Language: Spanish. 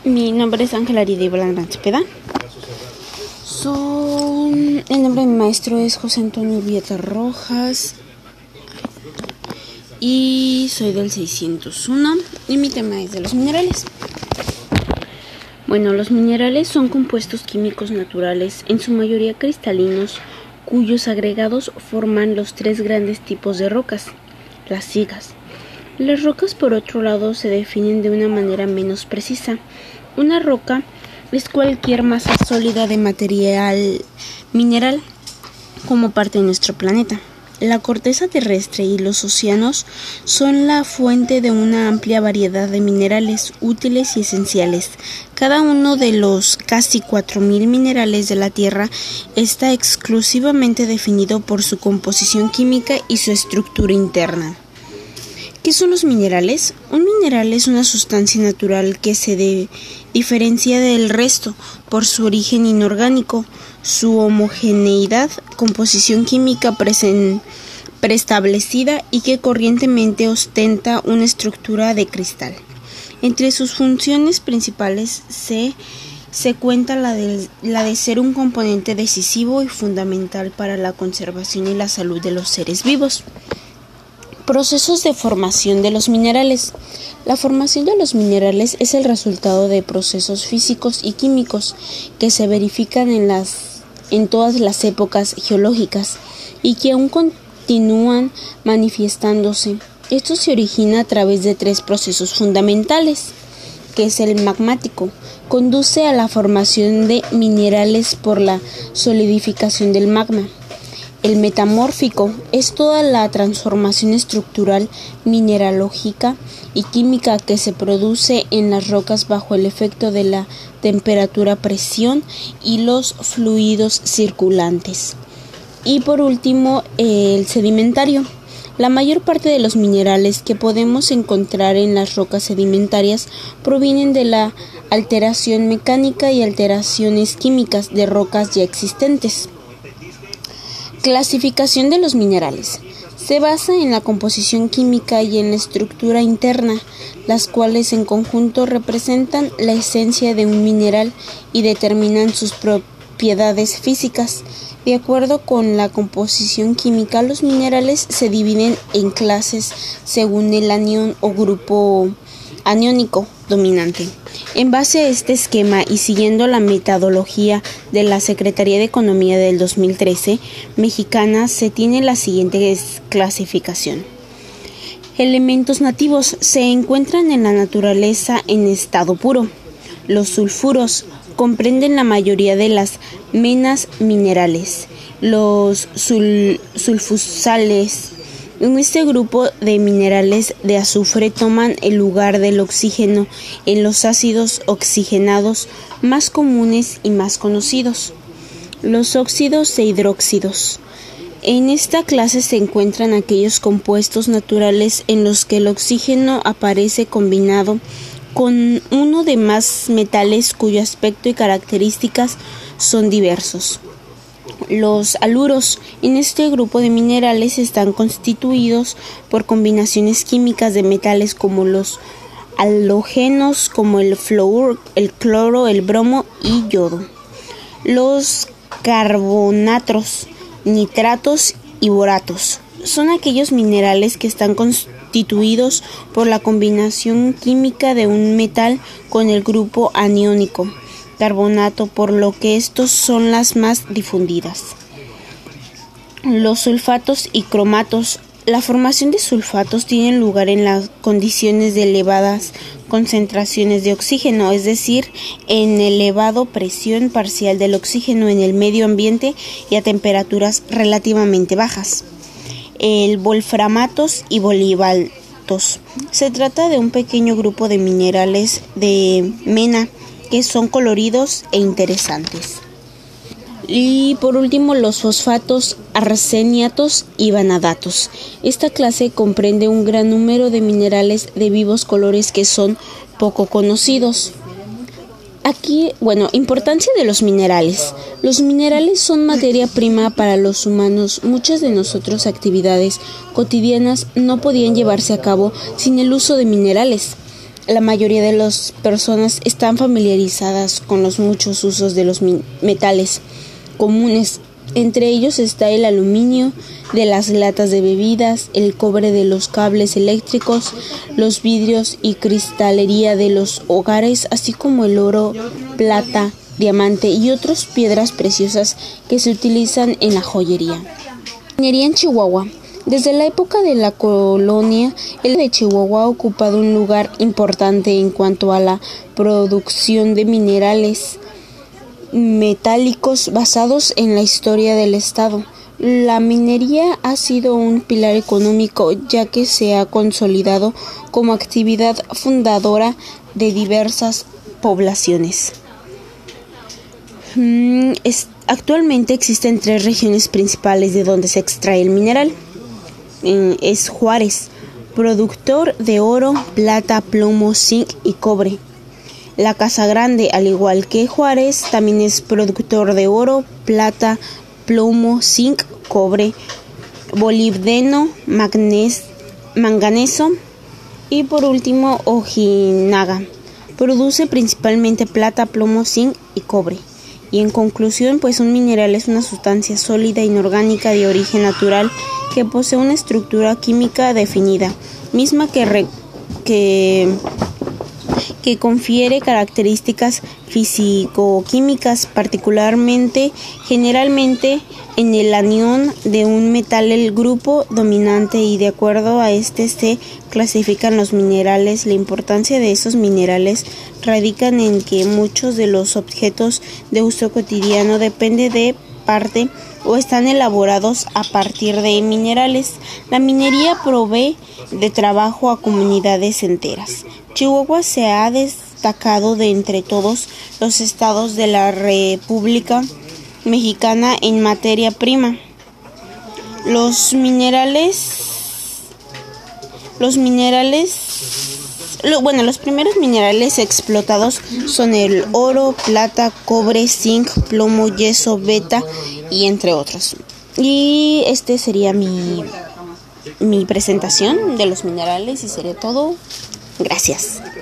Mi nombre es Ángela Aridy Blandán Cepeda. El nombre de mi maestro es José Antonio Urbieta Rojas y soy del 601 y mi tema es de los minerales. Bueno, los minerales son compuestos químicos naturales, en su mayoría cristalinos, cuyos agregados forman los tres grandes tipos de rocas, las sigas. Las rocas, por otro lado, se definen de una manera menos precisa. Una roca es cualquier masa sólida de material mineral como parte de nuestro planeta. La corteza terrestre y los océanos son la fuente de una amplia variedad de minerales útiles y esenciales. Cada uno de los casi 4.000 minerales de la Tierra está exclusivamente definido por su composición química y su estructura interna. ¿Qué son los minerales? Un mineral es una sustancia natural que se diferencia del resto por su origen inorgánico, su homogeneidad, composición química preestablecida y que corrientemente ostenta una estructura de cristal. Entre sus funciones principales se cuenta la de ser un componente decisivo y fundamental para la conservación y la salud de los seres vivos. Procesos de formación de los minerales. La formación de los minerales es el resultado de procesos físicos y químicos que se verifican en todas las épocas geológicas y que aún continúan manifestándose. Esto se origina a través de tres procesos fundamentales, que es el magmático. Conduce a la formación de minerales por la solidificación del magma. El metamórfico es toda la transformación estructural, mineralógica y química que se produce en las rocas bajo el efecto de la temperatura, presión y los fluidos circulantes. Y por último, el sedimentario. La mayor parte de los minerales que podemos encontrar en las rocas sedimentarias provienen de la alteración mecánica y alteraciones químicas de rocas ya existentes. Clasificación de los minerales. Se basa en la composición química y en la estructura interna, las cuales en conjunto representan la esencia de un mineral y determinan sus propiedades físicas. De acuerdo con la composición química, los minerales se dividen en clases según el anión o grupo aniónico dominante. En base a este esquema y siguiendo la metodología de la Secretaría de Economía del 2013 mexicana, se tiene la siguiente clasificación. Elementos nativos se encuentran en la naturaleza en estado puro. Los sulfuros comprenden la mayoría de las menas minerales. Los sulfosales. En este grupo de minerales de azufre toman el lugar del oxígeno en los ácidos oxigenados más comunes y más conocidos, los óxidos e hidróxidos. En esta clase se encuentran aquellos compuestos naturales en los que el oxígeno aparece combinado con uno de más metales cuyo aspecto y características son diversos. Los haluros. En este grupo de minerales están constituidos por combinaciones químicas de metales como los halógenos, como el flúor, el cloro, el bromo y yodo. Los carbonatos, nitratos y boratos son aquellos minerales que están constituidos por la combinación química de un metal con el grupo aniónico carbonato, por lo que estos son las más difundidas. Los sulfatos y cromatos. La formación de sulfatos tiene lugar en las condiciones de elevadas concentraciones de oxígeno, es decir, en elevada presión parcial del oxígeno en el medio ambiente y a temperaturas relativamente bajas. El wolframatos y bolivaltos. Se trata de un pequeño grupo de minerales de mena que son coloridos e interesantes. Y por último, los fosfatos, arseniatos y vanadatos. Esta clase comprende un gran número de minerales de vivos colores que son poco conocidos. Aquí, importancia de los minerales. Los minerales son materia prima para los humanos. Muchas de nuestras actividades cotidianas no podían llevarse a cabo sin el uso de minerales. la mayoría de las personas están familiarizadas con los muchos usos de los metales comunes. Entre ellos está el aluminio de las latas de bebidas, el cobre de los cables eléctricos, los vidrios y cristalería de los hogares, así como el oro, plata, diamante y otras piedras preciosas que se utilizan en la joyería. Minería en Chihuahua. Desde la época de la colonia, el de Chihuahua ha ocupado un lugar importante en cuanto a la producción de minerales metálicos basados en la historia del estado. La minería ha sido un pilar económico ya que se ha consolidado como actividad fundadora de diversas poblaciones. Actualmente existen 3 regiones principales de donde se extrae el mineral. Es Juárez, productor de oro, plata, plomo, zinc y cobre. La Casa Grande, al igual que Juárez, también es productor de oro, plata, plomo, zinc, cobre, molibdeno, manganeso y por último Ojinaga. Produce principalmente plata, plomo, zinc y cobre. Y en conclusión, pues un mineral es una sustancia sólida inorgánica de origen natural que posee una estructura química definida, misma que confiere características físico-químicas, generalmente en el anión de un metal el grupo dominante, y de acuerdo a este se clasifican los minerales. La importancia de esos minerales radica en que muchos de los objetos de uso cotidiano dependen de parte o están elaborados a partir de minerales. La minería provee de trabajo a comunidades enteras. Chihuahua se ha destacado de entre todos los estados de la República Mexicana en materia prima. Los primeros minerales explotados son el oro, plata, cobre, zinc, plomo, yeso, beta y entre otros. Y este sería mi presentación de los minerales y sería todo. Gracias.